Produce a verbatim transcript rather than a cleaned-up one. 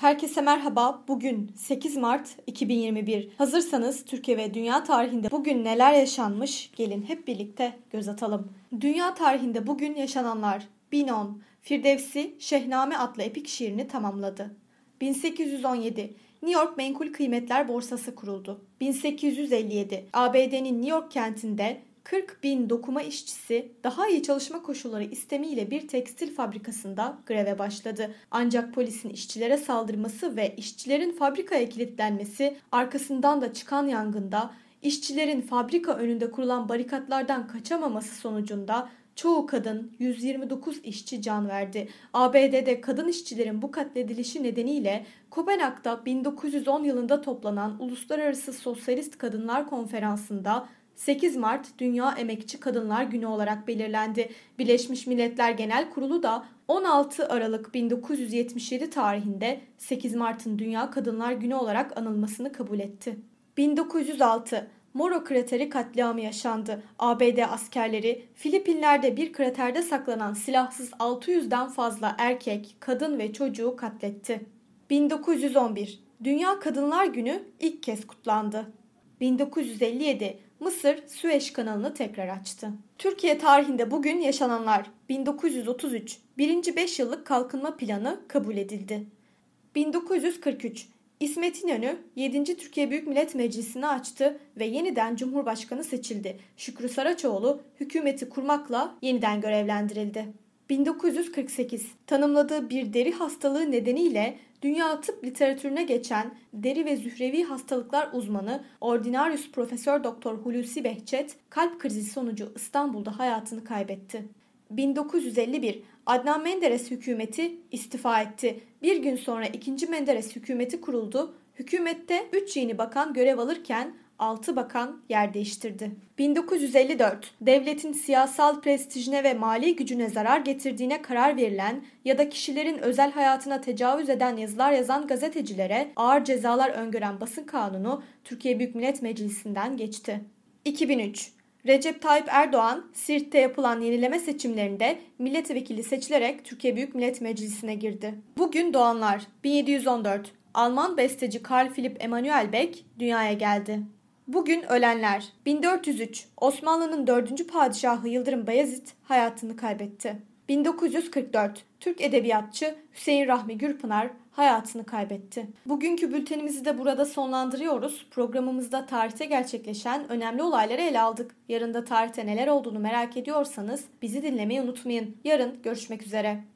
Herkese merhaba. Bugün sekiz Mart iki bin yirmi bir. Hazırsanız Türkiye ve dünya tarihinde bugün neler yaşanmış? Gelin hep birlikte göz atalım. Dünya tarihinde bugün yaşananlar. bin on. Firdevsi Şehname adlı epik şiirini tamamladı. bin sekiz yüz on yedi. New York Menkul Kıymetler Borsası kuruldu. bin sekiz yüz elli yedi. A B D'nin New York kentinde kırk bin dokuma işçisi daha iyi çalışma koşulları istemiyle bir tekstil fabrikasında greve başladı. Ancak polisin işçilere saldırması ve işçilerin fabrikaya kilitlenmesi, arkasından da çıkan yangında işçilerin fabrika önünde kurulan barikatlardan kaçamaması sonucunda çoğu kadın, yüz yirmi dokuz işçi can verdi. A B D'de kadın işçilerin bu katledilişi nedeniyle Kopenhag'da bin dokuz yüz on yılında toplanan Uluslararası Sosyalist Kadınlar Konferansı'nda sekiz Mart Dünya Emekçi Kadınlar Günü olarak belirlendi. Birleşmiş Milletler Genel Kurulu da on altı Aralık bin dokuz yüz yetmiş yedi tarihinde sekiz Mart'ın Dünya Kadınlar Günü olarak anılmasını kabul etti. bin dokuz yüz altı Moro Krateri katliamı yaşandı. A B D askerleri Filipinler'de bir kraterde saklanan silahsız altı yüzden fazla erkek, kadın ve çocuğu katletti. bin dokuz yüz on bir Dünya Kadınlar Günü ilk kez kutlandı. bin dokuz yüz elli yedi Mısır Süveyş kanalını tekrar açtı. Türkiye tarihinde bugün yaşananlar. bin dokuz yüz otuz üç Birinci beş yıllık kalkınma planı kabul edildi. bin dokuz yüz kırk üç İsmet İnönü yedinci Türkiye Büyük Millet Meclisi'ni açtı ve yeniden Cumhurbaşkanı seçildi. Şükrü Saraçoğlu hükümeti kurmakla yeniden görevlendirildi. bin dokuz yüz kırk sekiz Tanımladığı bir deri hastalığı nedeniyle dünya tıp literatürüne geçen deri ve zührevi hastalıklar uzmanı Ordinarius Profesör Doktor Hulusi Behçet kalp krizi sonucu İstanbul'da hayatını kaybetti. bin dokuz yüz elli bir Adnan Menderes hükümeti istifa etti. Bir gün sonra ikinci Menderes hükümeti kuruldu. Hükümette üç yeni bakan görev alırken altı bakan yer değiştirdi. bin dokuz yüz elli dört Devletin siyasal prestijine ve mali gücüne zarar getirdiğine karar verilen ya da kişilerin özel hayatına tecavüz eden yazılar yazan gazetecilere ağır cezalar öngören basın kanunu Türkiye Büyük Millet Meclisi'nden geçti. iki bin üç Recep Tayyip Erdoğan, Siirt'te yapılan yenileme seçimlerinde milletvekili seçilerek Türkiye Büyük Millet Meclisi'ne girdi. Bugün doğanlar. bin yedi yüz on dört Alman besteci Carl Philipp Emanuel Beck dünyaya geldi. Bugün ölenler. bin dört yüz üç Osmanlı'nın dördüncü padişahı Yıldırım Bayezid hayatını kaybetti. bin dokuz yüz kırk dört Türk edebiyatçı Hüseyin Rahmi Gürpınar hayatını kaybetti. Bugünkü bültenimizi de burada sonlandırıyoruz. Programımızda tarihte gerçekleşen önemli olayları ele aldık. Yarın da tarihte neler olduğunu merak ediyorsanız bizi dinlemeyi unutmayın. Yarın görüşmek üzere.